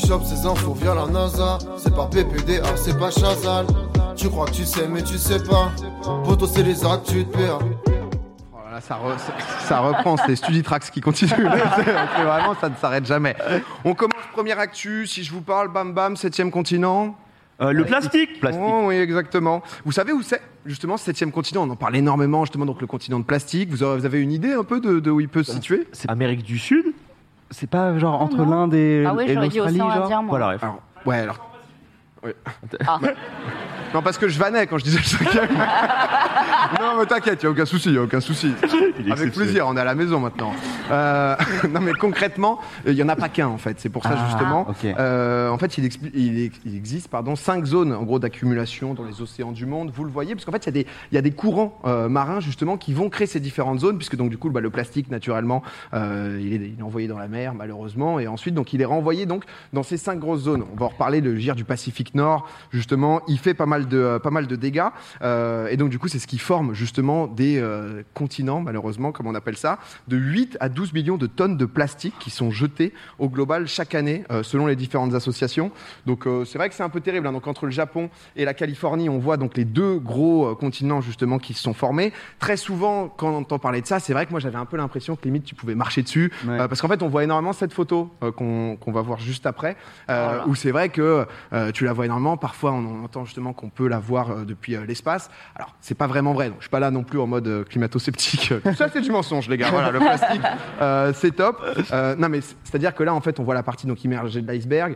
chope ces infos via la NASA. C'est pas PPDA, c'est pas Chazal. Tu crois que tu sais mais tu sais pas. Poto c'est les actes, tu te perds. Voilà, ça reprend, c'est Studitrax qui continue. Vraiment, ça ne s'arrête jamais. On commence première actu. Si je vous parle, bam bam, 7e continent. Le plastique. Oh, oui, exactement. Vous savez où c'est, justement, ce 7e continent? On en parle énormément, justement, donc le continent de plastique. Vous avez une idée un peu de où il peut se situer? C'est Amérique du Sud. C'est pas genre entre l'Inde et l'Australie, genre Indien, moi. Voilà. Alors, ouais, alors. Oui. Ah. Non, parce que je vannais quand je disais le 5e. Non, mais t'inquiète, il n'y a aucun souci. Avec plaisir, on est à la maison maintenant. Non, mais concrètement, il n'y en a pas qu'un, en fait. C'est pour ça, justement. Okay. En fait, il existe 5 zones, en gros, d'accumulation dans les océans du monde. Vous le voyez, parce qu'en fait, il y a des courants marins, justement, qui vont créer ces différentes zones, puisque, donc, du coup, le plastique, naturellement, il est envoyé dans la mer, malheureusement, et ensuite, donc, il est renvoyé, donc, dans ces 5 grosses zones. On va en reparler, le gire du Pacifique Nord, justement, il fait pas mal de dégâts, et donc, du coup, c'est ce qui forme, justement, des continents, malheureusement, comme on appelle ça, de 8 à 12 millions de tonnes de plastique qui sont jetées au global chaque année, selon les différentes associations. Donc, c'est vrai que c'est un peu terrible, hein. Donc, entre le Japon et la Californie, on voit donc les deux gros continents, justement, qui se sont formés. Très souvent, quand on entend parler de ça, c'est vrai que moi, j'avais un peu l'impression que limite, tu pouvais marcher dessus, parce qu'en fait, on voit énormément cette photo qu'on va voir juste après, où c'est vrai que tu la vois énormément. Parfois, on entend justement qu'on peut la voir depuis l'espace. Alors, c'est pas vraiment vrai. Donc, je suis pas là non plus en mode climato-sceptique. Ça, c'est du mensonge, les gars. Voilà, le plastique, c'est top. Non, mais c'est-à-dire que là, en fait, on voit la partie donc immergée de l'iceberg.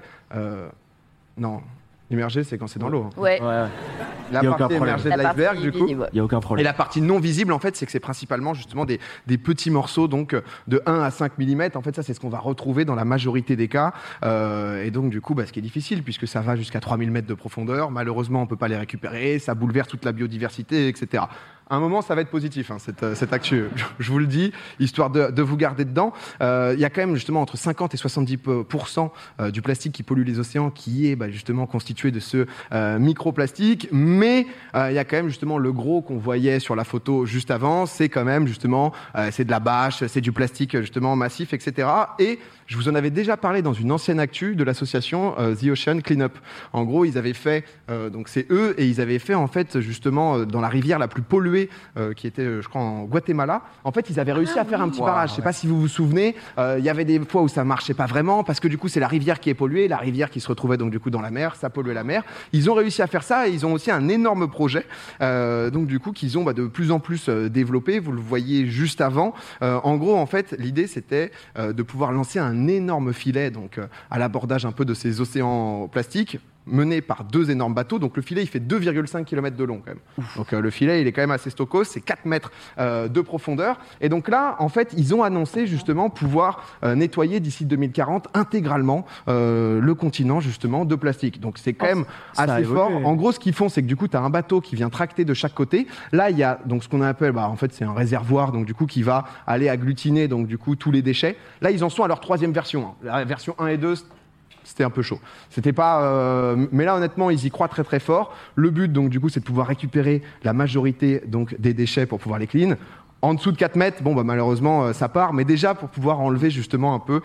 Non. Immergé, c'est quand c'est dans l'eau. Hein. Ouais. La partie émergée de l'iceberg, du coup. Il n'y a aucun problème. Et la partie non visible, en fait, c'est que c'est principalement justement des petits morceaux, donc de 1 à 5 mm. En fait, ça, c'est ce qu'on va retrouver dans la majorité des cas. Et donc, du coup, ce qui est difficile, puisque ça va jusqu'à 3000 mètres de profondeur. Malheureusement, on ne peut pas les récupérer. Ça bouleverse toute la biodiversité, etc. À un moment, ça va être positif, hein, cette actu. Je vous le dis, histoire de vous garder dedans. Il y a quand même justement entre 50 et 70% du plastique qui pollue les océans qui est justement constitué de ce microplastique. Mais il y a quand même justement le gros qu'on voyait sur la photo juste avant. C'est quand même justement, c'est de la bâche, c'est du plastique justement massif, etc. Et je vous en avais déjà parlé dans une ancienne actu de l'association The Ocean Cleanup. En gros, ils avaient fait, donc c'est eux, et ils avaient fait en fait justement dans la rivière la plus polluée qui était, je crois, en Guatemala. En fait, ils avaient réussi à faire un petit barrage. Je ne sais pas si vous vous souvenez. Il y avait des fois où ça marchait pas vraiment parce que du coup, c'est la rivière qui est polluée, la rivière qui se retrouvait donc du coup dans la mer, ça polluait la mer. Ils ont réussi à faire ça et ils ont aussi un énorme projet, donc du coup qu'ils ont de plus en plus développé. Vous le voyez juste avant. En gros, en fait, l'idée c'était de pouvoir lancer un énorme filet donc à l'abordage un peu de ces océans plastiques, mené par 2 énormes bateaux. Donc le filet, il fait 2,5 km de long quand même. Ouf. Donc le filet, il est quand même assez stocos, c'est 4 mètres de profondeur. Et donc là, en fait, ils ont annoncé justement pouvoir nettoyer d'ici 2040 intégralement le continent justement de plastique. Donc c'est quand même assez fort. En gros, ce qu'ils font, c'est que du coup, tu as un bateau qui vient tracter de chaque côté. Là, il y a donc ce qu'on appelle, en fait, c'est un réservoir, donc du coup, qui va aller agglutiner donc du coup tous les déchets. Là, ils en sont à leur 3e version. Hein. La version 1 et 2, c'était un peu chaud. C'était pas, mais là honnêtement, ils y croient très très fort. Le but donc du coup, c'est de pouvoir récupérer la majorité donc des déchets pour pouvoir les clean. En dessous de 4 mètres, malheureusement ça part, mais déjà pour pouvoir enlever justement un peu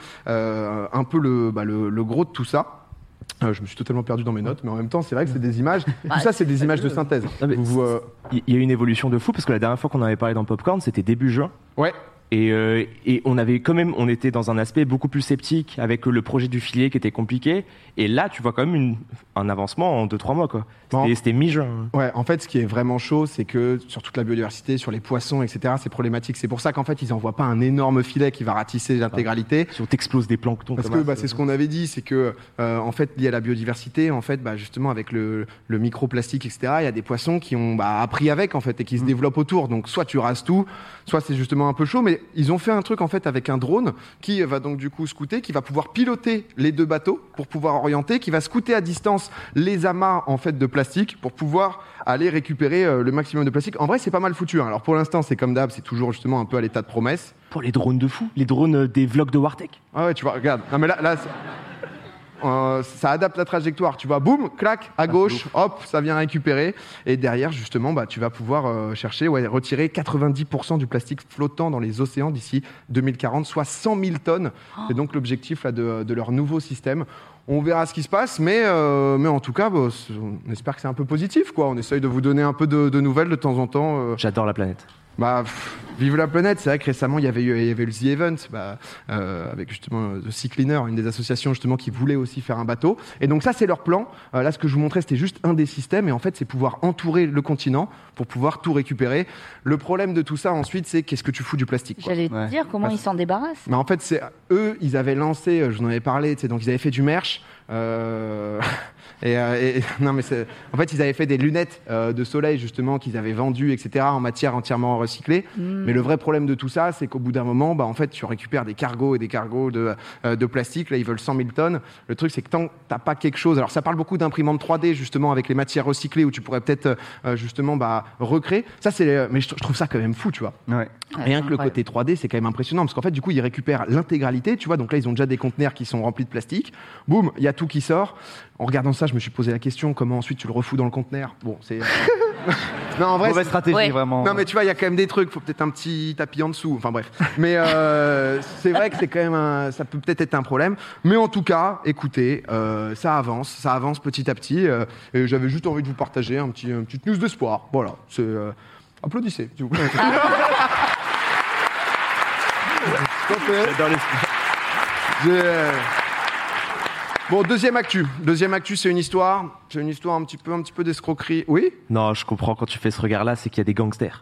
le gros de tout ça. Je me suis totalement perdu dans mes notes, mais en même temps, c'est vrai que c'est des images. Tout ça, c'est des images de synthèse. Il y a une évolution de fou parce que la dernière fois qu'on avait parlé dans Popcorn, c'était début juin. Ouais. Et on avait quand même, on était dans un aspect beaucoup plus sceptique avec le projet du filet qui était compliqué. Et là, tu vois quand même un avancement en 2-3 mois, quoi. C'était mi-juin. Ouais, en fait, ce qui est vraiment chaud, c'est que sur toute la biodiversité, sur les poissons, etc., c'est problématique. C'est pour ça qu'en fait, ils n'envoient pas un énorme filet qui va ratisser l'intégralité. Si on t'explose des planctons. Parce que c'est ce qu'on avait dit, c'est que en fait, lié à la biodiversité, en fait, justement avec le microplastique, etc., il y a des poissons qui ont appris avec, en fait, et qui se développent autour. Donc, soit tu rases tout, soit c'est justement un peu chaud, mais ils ont fait un truc en fait avec un drone qui va donc du coup scouter, qui va pouvoir piloter les 2 bateaux pour pouvoir orienter, qui va scouter à distance les amas en fait de plastique pour pouvoir aller récupérer le maximum de plastique. En vrai, c'est pas mal foutu. Hein. Alors pour l'instant, c'est comme d'hab, c'est toujours justement un peu à l'état de promesse. Pour les drones de fou, les drones des vlogs de Wartech. Ah ouais, tu vois, regarde. Non mais là ça adapte la trajectoire. Tu vois, boum, clac, à gauche, hop, ça vient récupérer. Et derrière, justement, tu vas pouvoir retirer 90% du plastique flottant dans les océans d'ici 2040, soit 100 000 tonnes. C'est donc l'objectif là, de leur nouveau système. On verra ce qui se passe, mais en tout cas, on espère que c'est un peu positif, quoi. On essaye de vous donner un peu de nouvelles de temps en temps. J'adore la planète. Vive la planète. C'est vrai que récemment il y avait eu le The Event avec justement The Sea Cleaner, une des associations justement qui voulait aussi faire un bateau, et donc ça c'est leur plan. Là ce que je vous montrais c'était juste un des systèmes, et en fait c'est pouvoir entourer le continent pour pouvoir tout récupérer. Le problème de tout ça ensuite c'est qu'est-ce que tu fous du plastique, quoi. J'allais te dire comment ils s'en débarrassent. En fait c'est eux, ils avaient lancé, je vous en avais parlé, donc ils avaient fait du merch. Non mais en fait ils avaient fait des lunettes de soleil justement qu'ils avaient vendues, etc., en matière entièrement recyclée. Mais le vrai problème de tout ça c'est qu'au bout d'un moment en fait tu récupères des cargos et des cargos de plastique. Là ils veulent 100 000 tonnes. Le truc c'est que tant que t'as pas quelque chose, alors ça parle beaucoup d'imprimantes 3D justement avec les matières recyclées où tu pourrais peut-être justement recréer ça, mais je trouve ça quand même fou, tu vois. Rien que le côté 3D c'est quand même impressionnant parce qu'en fait du coup ils récupèrent l'intégralité, tu vois. Donc là ils ont déjà des conteneurs qui sont remplis de plastique, boum, il y a tout qui sort. En regardant ça, je me suis posé la question comment ensuite tu le refous dans le conteneur. Bon, c'est non, en vrai, mauvaise stratégie, vraiment. Non, mais tu vois, il y a quand même des trucs. Faut peut-être un petit tapis en dessous. Enfin bref. Mais c'est vrai que c'est quand même ça peut peut-être être un problème. Mais en tout cas, écoutez, ça avance petit à petit. Et j'avais juste envie de vous partager une petite news d'espoir. Voilà. C'est applaudissez, s'il vous plaît. J'adore l'espoir. Bon, deuxième actu, c'est une histoire un petit peu d'escroquerie. Oui ? Non, je comprends, quand tu fais ce regard-là, c'est qu'il y a des gangsters.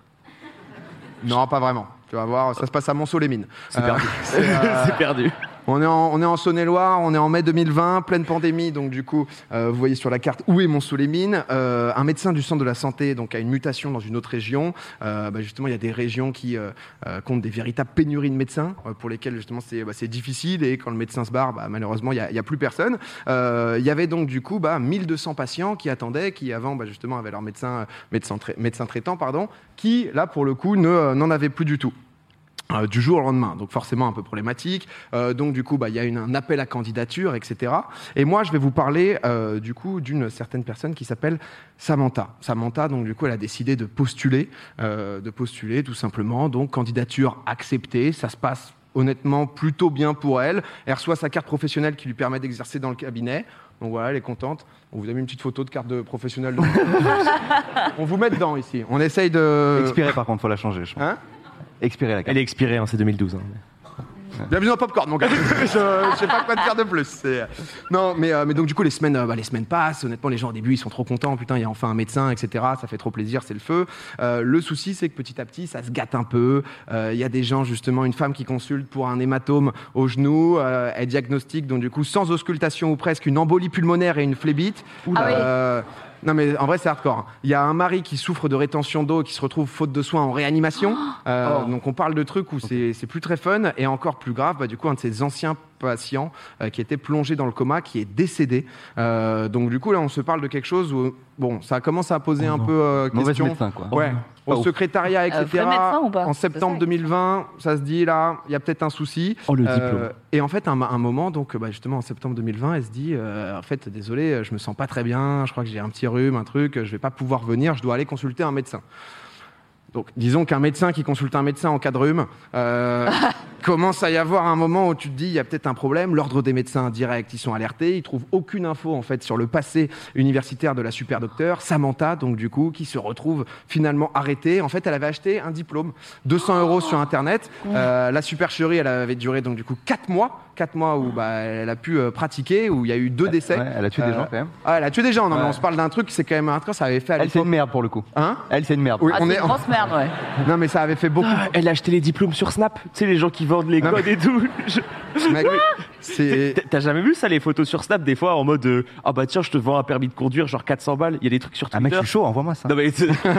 Non, pas vraiment. Tu vas voir, ça se passe à Monceau-les-Mines. C'est perdu. C'est perdu. On est en Saône-et-Loire, on est en mai 2020, pleine pandémie, donc du coup, vous voyez sur la carte où est Monceau-les-Mines. Un médecin du centre de la santé donc a une mutation dans une autre région. Justement, il y a des régions qui comptent des véritables pénuries de médecins, pour lesquelles justement c'est difficile, et quand le médecin se barre, malheureusement, il y a plus personne. Il y avait donc du coup 1200 patients qui attendaient, qui avant justement avaient leur médecin traitant, qui là pour le coup n'en avaient plus du tout. Du jour au lendemain, donc forcément un peu problématique. Donc du coup, il y a un appel à candidature, etc. Et moi, je vais vous parler du coup d'une certaine personne qui s'appelle Samantha. Samantha, donc du coup, elle a décidé de postuler tout simplement. Donc candidature acceptée, ça se passe honnêtement plutôt bien pour elle. Elle reçoit sa carte professionnelle qui lui permet d'exercer dans le cabinet. Donc voilà, elle est contente. On vous a mis une petite photo de carte de professionnelle. On vous met dedans ici. On essaye de... Expirée par contre, faut la changer, je pense. Hein ? Expirée, la carte. Elle est expirée, c'est 2012. Bienvenue dans Popcorn, mon gars. Je sais pas quoi te dire de plus. Non, mais donc du coup les semaines passent. Honnêtement, les gens au début ils sont trop contents. Putain, il y a enfin un médecin, etc. Ça fait trop plaisir, c'est le feu. Le souci, c'est que petit à petit, ça se gâte un peu. Il y a des gens justement, une femme qui consulte pour un hématome au genou. Elle diagnostique donc du coup sans auscultation ou presque une embolie pulmonaire et une phlébite. Non mais en vrai c'est hardcore. Il y a un mari qui souffre de rétention d'eau et qui se retrouve faute de soins en réanimation. Donc on parle de trucs où c'est plus très fun. Et encore plus grave, du coup un de ses anciens patients qui était plongé dans le coma, qui est décédé. Donc du coup là on se parle de quelque chose où ça commence à poser un peu question. Médecin, quoi. Ouais. Au secrétariat, etc. Vrai médecin ou pas ? En septembre 2020, ça se dit là, il y a peut-être un souci. Le diplôme. Et en fait, un moment, donc justement en septembre 2020, elle se dit en fait, désolé, je me sens pas très bien, je crois que j'ai un petit rhume, un truc, je vais pas pouvoir venir, je dois aller consulter un médecin. Donc, disons qu'un médecin qui consulte un médecin en cas de rhume, commence à y avoir un moment où tu te dis, il y a peut-être un problème. L'ordre des médecins direct, ils sont alertés, ils trouvent aucune info en fait sur le passé universitaire de la super docteure Samantha, donc du coup, qui se retrouve finalement arrêtée. En fait, elle avait acheté un diplôme, 200 € sur Internet. La supercherie, elle avait duré donc du coup 4 mois où elle a pu pratiquer, où il y a eu 2 décès. Ouais, elle a tué des gens quand même. Elle a tué des gens. Non, mais on se parle d'un truc, c'est quand même un truc, ça avait fait à l'époque. Elle, c'est une merde pour le coup. Hein ? Elle, c'est une merde. Oui, c'est une grosse merde, ouais. Non, mais ça avait fait beaucoup. Elle a acheté les diplômes sur Snap. Tu sais, les gens qui vendent les codes et tout. Mec, T'as jamais vu ça, les photos sur Snap, des fois, en mode tiens, je te vends un permis de conduire, genre 400 balles. Il y a des trucs sur Twitter. Mec, je suis chaud, envoie-moi ça. Non, mais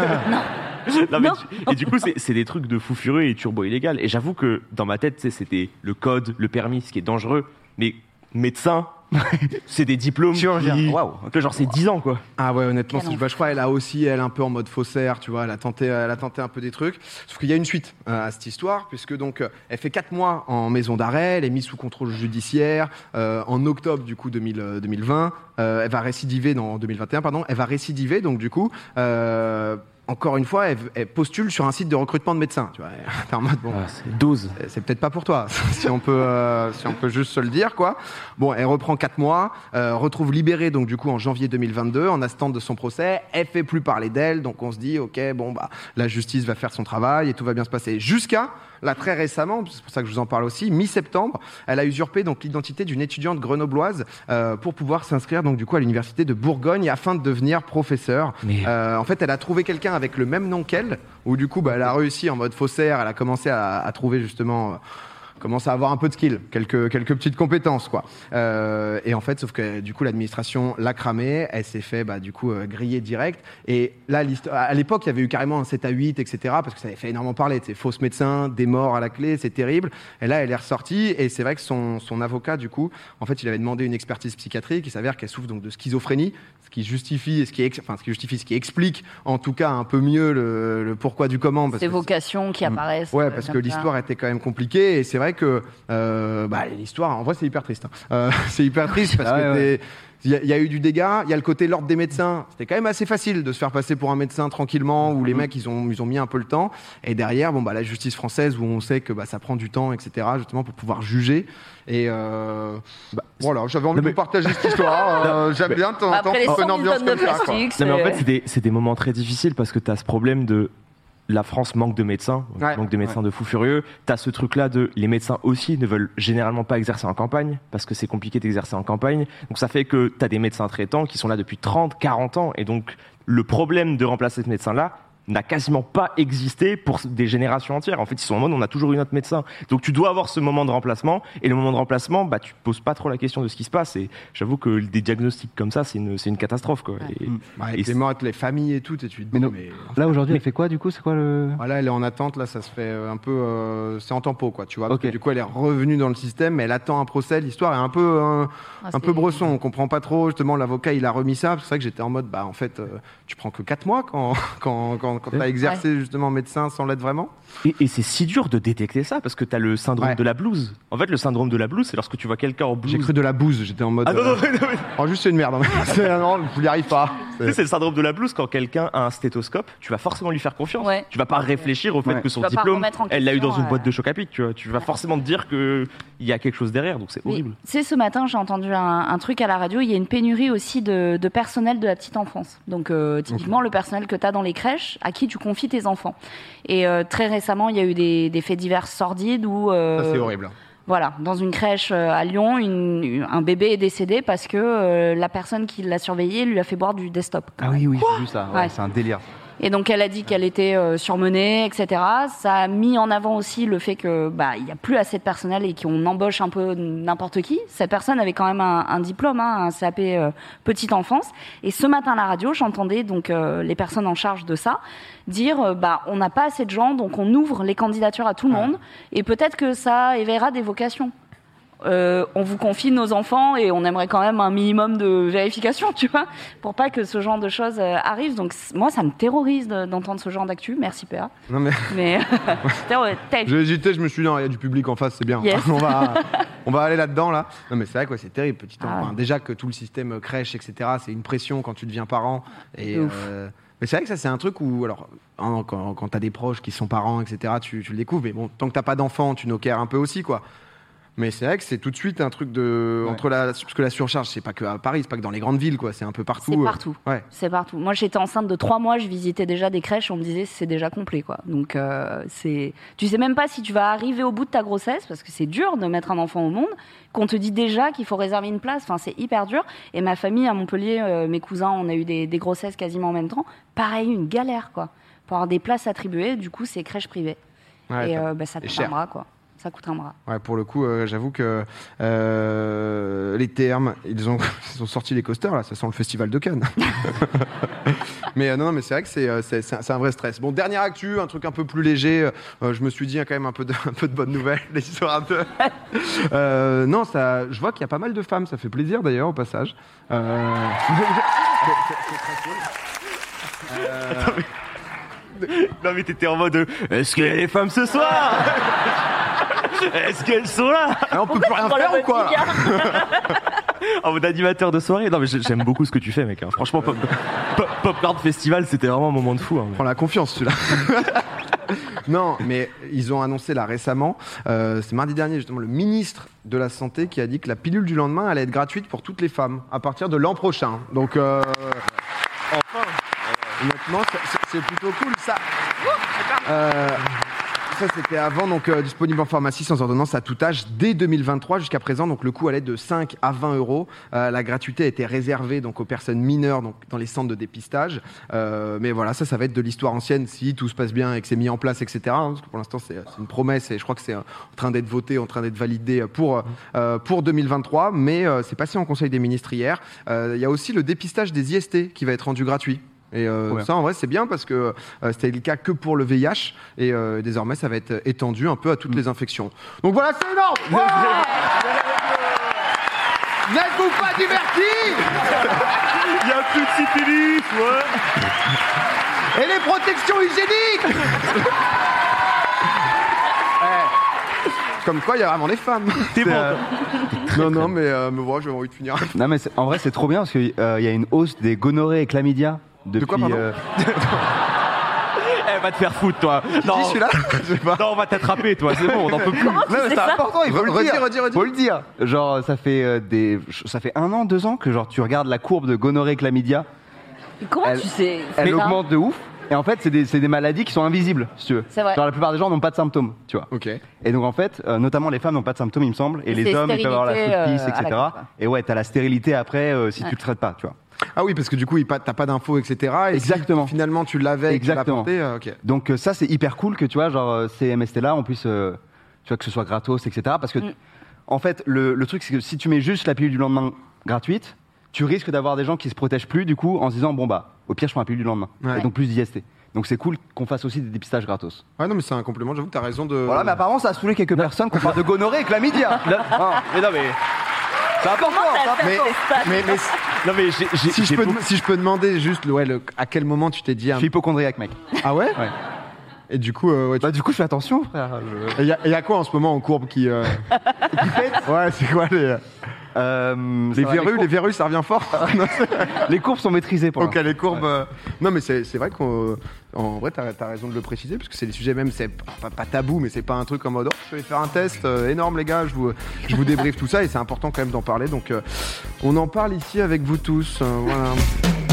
et du coup, c'est des trucs de fou furieux et turbo illégal. Et j'avoue que dans ma tête, c'était le code, le permis, ce qui est dangereux. Mais médecin, C'est des diplômes. Chirurgien. Waouh. Genre, c'est 10 ans, quoi. Ah ouais, honnêtement, je crois elle a aussi, elle, un peu en mode faussaire, tu vois, elle a tenté un peu des trucs. Sauf qu'il y a une suite à cette histoire, puisque donc, elle fait 4 mois en maison d'arrêt, elle est mise sous contrôle judiciaire. En octobre, du coup, 2020, elle va récidiver, en 2021, pardon, elle va récidiver, donc du coup, encore une fois, elle postule sur un site de recrutement de médecins. Tu vois, t'es en mode, bon, c'est dose. C'est peut-être pas pour toi, si on peut juste se le dire, quoi. Bon, elle reprend 4 mois, retrouve libérée donc du coup en janvier 2022, en attente de son procès. Elle fait plus parler d'elle, donc on se dit, ok, bon bah la justice va faire son travail et tout va bien se passer. Jusqu'à là très récemment, c'est pour ça que je vous en parle aussi, mi-septembre, elle a usurpé donc l'identité d'une étudiante grenobloise pour pouvoir s'inscrire donc du coup à l'université de Bourgogne afin de devenir professeure. En fait, elle a trouvé quelqu'un avec le même nom qu'elle, où du coup bah, elle a réussi en mode faussaire, elle a commencé à trouver justement commence à avoir un peu de skill, quelques petites compétences, quoi. Et en fait, sauf que du coup, l'administration l'a cramé, elle s'est fait du coup griller direct. Et là, à l'époque, il y avait eu carrément un 7 à 8, etc. Parce que ça avait fait énormément parler. C'est fausses médecins, des morts à la clé, c'est terrible. Et là, elle est ressortie. Et c'est vrai que son avocat, du coup, en fait, il avait demandé une expertise psychiatrique. Il s'avère qu'elle souffre donc de schizophrénie, ce qui justifie, ce qui explique en tout cas un peu mieux le pourquoi du comment. Ces vocations qui apparaissent. Ouais, parce que l'histoire était quand même compliquée. Et c'est vrai que l'histoire, en vrai, c'est hyper triste. C'est hyper triste parce que il y a eu du dégât. Il y a le côté l'ordre des médecins. C'était quand même assez facile de se faire passer pour un médecin tranquillement, où les mecs ils ont mis un peu le temps. Et derrière, la justice française, où on sait que ça prend du temps, etc. Justement pour pouvoir juger. Et voilà, j'avais envie de vous partager cette histoire. J'aime bien t'entendre une ambiance comme ça. Non, mais en fait, c'est des moments très difficiles parce que tu as ce problème de la France manque de médecins, manque de médecins de fous furieux. T'as ce truc-là de les médecins aussi ne veulent généralement pas exercer en campagne parce que c'est compliqué d'exercer en campagne. Donc ça fait que t'as des médecins traitants qui sont là depuis 30, 40 ans et donc le problème de remplacer ce médecin-là n'a quasiment pas existé pour des générations entières. En fait, ils sont en mode, on a toujours eu notre médecin. Donc, tu dois avoir ce moment de remplacement. Et le moment de remplacement, tu te poses pas trop la question de ce qui se passe. Et j'avoue que des diagnostics comme ça, c'est une catastrophe, quoi. Et t'es mort avec les familles et tout. Et tu te dis, là, aujourd'hui, elle fait quoi, du coup? C'est quoi le... Là, elle est en attente. Là, ça se fait un peu... c'est en tempo, quoi, tu vois. Okay. Du coup, elle est revenue dans le système, mais elle attend un procès. L'histoire est un peu bresson. On comprend pas trop. Justement, l'avocat, il a remis ça. C'est vrai que j'étais en mode, en fait, tu prends que 4 mois quand tu as exercé justement médecin sans l'être vraiment. Et c'est si dur de détecter ça parce que tu as le syndrome de la blouse. En fait, le syndrome de la blouse, c'est lorsque tu vois quelqu'un en blouse. J'ai cru de la bouse, j'étais en mode. Non. Juste c'est une merde. Non, je n'y arrive pas. C'est le syndrome de la blouse quand quelqu'un a un stéthoscope, tu vas forcément lui faire confiance. Ouais. Tu vas pas réfléchir au fait que son diplôme, elle l'a eu dans une boîte de choc à pic. Tu vas forcément te dire qu'il y a quelque chose derrière, donc c'est horrible. Tu sais, ce matin, j'ai entendu un truc à la radio, il y a une pénurie aussi de personnel de la petite enfance. Donc, typiquement, le personnel que tu as dans les crèches, à qui tu confies tes enfants. Et très récemment, il y a eu des faits divers sordides où... ça, c'est horrible. Voilà, dans une crèche à Lyon, un bébé est décédé parce que la personne qui l'a surveillé lui a fait boire du desktop. Ah oui, j'ai vu ça. Ouais. C'est un délire. Et donc elle a dit qu'elle était surmenée, etc. Ça a mis en avant aussi le fait que il y a plus assez de personnel et qu'on embauche un peu n'importe qui. Cette personne avait quand même un diplôme, un CAP petite enfance. Et ce matin à la radio, j'entendais donc les personnes en charge de ça dire on n'a pas assez de gens, donc on ouvre les candidatures à tout le monde et peut-être que ça éveillera des vocations. On vous confie nos enfants et on aimerait quand même un minimum de vérification, tu vois, pour pas que ce genre de choses arrivent. Donc moi, ça me terrorise d'entendre ce genre d'actu. Merci PA. Non mais j'ai hésité, je me suis dit non, il y a du public en face, c'est bien. Yes. on va aller là-dedans là. Non mais c'est vrai quoi, c'est terrible, déjà que tout le système crèche, etc. C'est une pression quand tu deviens parent et. Mais c'est vrai que ça, c'est un truc où, alors, quand t'as des proches qui sont parents, etc., tu le découvres. Mais bon, tant que t'as pas d'enfant, tu n'occaires un peu aussi, quoi. Mais c'est vrai que c'est tout de suite un truc parce que la surcharge, c'est pas que à Paris, c'est pas que dans les grandes villes, quoi. C'est un peu partout. C'est partout. C'est partout. Moi, j'étais enceinte de 3 mois, je visitais déjà des crèches, on me disait c'est déjà complet, quoi. Donc, tu sais même pas si tu vas arriver au bout de ta grossesse, parce que c'est dur de mettre un enfant au monde, qu'on te dit déjà qu'il faut réserver une place. Enfin, c'est hyper dur. Et ma famille à Montpellier, mes cousins, on a eu des grossesses quasiment en même temps. Pareil, une galère, quoi. Pour avoir des places attribuées, du coup, c'est crèche privée. Et ça te tiendra, quoi. Ça coûte un bras. Ouais, pour le coup, j'avoue que les termes, ils ont sorti les coasters, là, ça sent le festival de Cannes. Mais non, mais c'est vrai que c'est un vrai stress. Bon, dernière actu, un truc un peu plus léger. Je me suis dit quand même un peu de bonnes nouvelles, les histoires un peu. Non, je vois qu'il y a pas mal de femmes, ça fait plaisir d'ailleurs au passage. C'est très cool. Non mais t'étais en mode est-ce qu'il y a des femmes ce soir? Est-ce qu'elles sont là? On peut plus rien faire ou quoi? En mode animateur de soirée. Non mais j'aime beaucoup ce que tu fais mec. Franchement Popcorn Festival c'était vraiment un moment de fou. Prends la confiance celui-là. Non, mais ils ont annoncé là récemment, c'est mardi dernier justement, le ministre de la Santé qui a dit que la pilule du lendemain allait être gratuite pour toutes les femmes à partir de l'an prochain. Donc enfin, honnêtement, c'est plutôt cool ça. Ça c'était avant, donc disponible en pharmacie sans ordonnance à tout âge dès 2023. Jusqu'à présent, donc le coût allait de 5 à 20 euros. La gratuité était réservée donc aux personnes mineures, donc dans les centres de dépistage. Mais voilà, ça va être de l'histoire ancienne si tout se passe bien et que c'est mis en place, etc. Parce que pour l'instant, c'est une promesse et je crois que c'est en train d'être voté, en train d'être validé pour 2023. Mais c'est passé en Conseil des ministres hier. Il y a aussi le dépistage des IST qui va être rendu gratuit. Et ça en vrai c'est bien parce que c'était le cas que pour le VIH et désormais ça va être étendu un peu à toutes les infections. Donc voilà, c'est énorme. N'êtes-vous pas divertis? Il y a plus de syphilis, ouais. Et les protections hygiéniques. Comme quoi il y a vraiment des femmes. T'es bon Non mais voilà, j'ai envie de finir. Non mais en vrai c'est trop bien parce qu'il y a une hausse des gonorrhées et chlamydia. Depuis, de quoi, pardon Elle va te faire foutre, toi. Non, celui-là non, on va t'attraper, toi. C'est bon, on n'en peut plus. Non, mais c'est important, il faut le dire. Redire. Faut le dire. Genre, ça fait 1 an, 2 ans que genre tu regardes la courbe de gonorrhée chlamydia. Comment tu sais? Elle augmente de ouf. Et en fait, c'est des maladies qui sont invisibles, si tu veux. C'est vrai. Genre, la plupart des gens n'ont pas de symptômes, tu vois. Ok. Et donc, en fait, notamment les femmes n'ont pas de symptômes, il me semble. Et les hommes, ils peuvent avoir la chaude-pisse, etc. Et ouais, t'as la stérilité après si tu le traites pas, tu vois. Ah oui, parce que du coup, t'as pas d'infos, etc. Et exactement. Si finalement tu l'avais et que tu l'as porté, ok. Donc ça, c'est hyper cool que tu vois, genre ces MST-là, on puisse, tu vois, que ce soit gratos, etc. Parce que, en fait, le truc, c'est que si tu mets juste la pilule du lendemain gratuite, tu risques d'avoir des gens qui se protègent plus, du coup, en se disant, bon bah, au pire, je prends la pilule du lendemain. Ouais. Et donc plus d'IST. Donc c'est cool qu'on fasse aussi des dépistages gratos. Ouais, non, mais c'est un complément, j'avoue que t'as raison de. Voilà, mais apparemment, ça a saoulé quelques personnes qu'on parle de gonorrhée et chlamydia. Mais non, mais. C'est important, Si je peux demander juste, à quel moment tu t'es dit. Je suis hypocondriaque, mec. Ah ouais? Ouais. Et du coup, du coup, je fais attention, frère. Il y a quoi en ce moment en courbe qui pète? Ouais, c'est quoi les verrues, ça revient fort. Les courbes sont maîtrisées pour l'instant. Ok, les courbes. Ouais. Non, mais c'est vrai qu'en vrai, t'as raison de le préciser, parce que c'est des sujets même, c'est pas tabou, mais c'est pas un truc en mode, je vais faire un test énorme, les gars, je vous débriefe tout ça, et c'est important quand même d'en parler. Donc, on en parle ici avec vous tous. Voilà.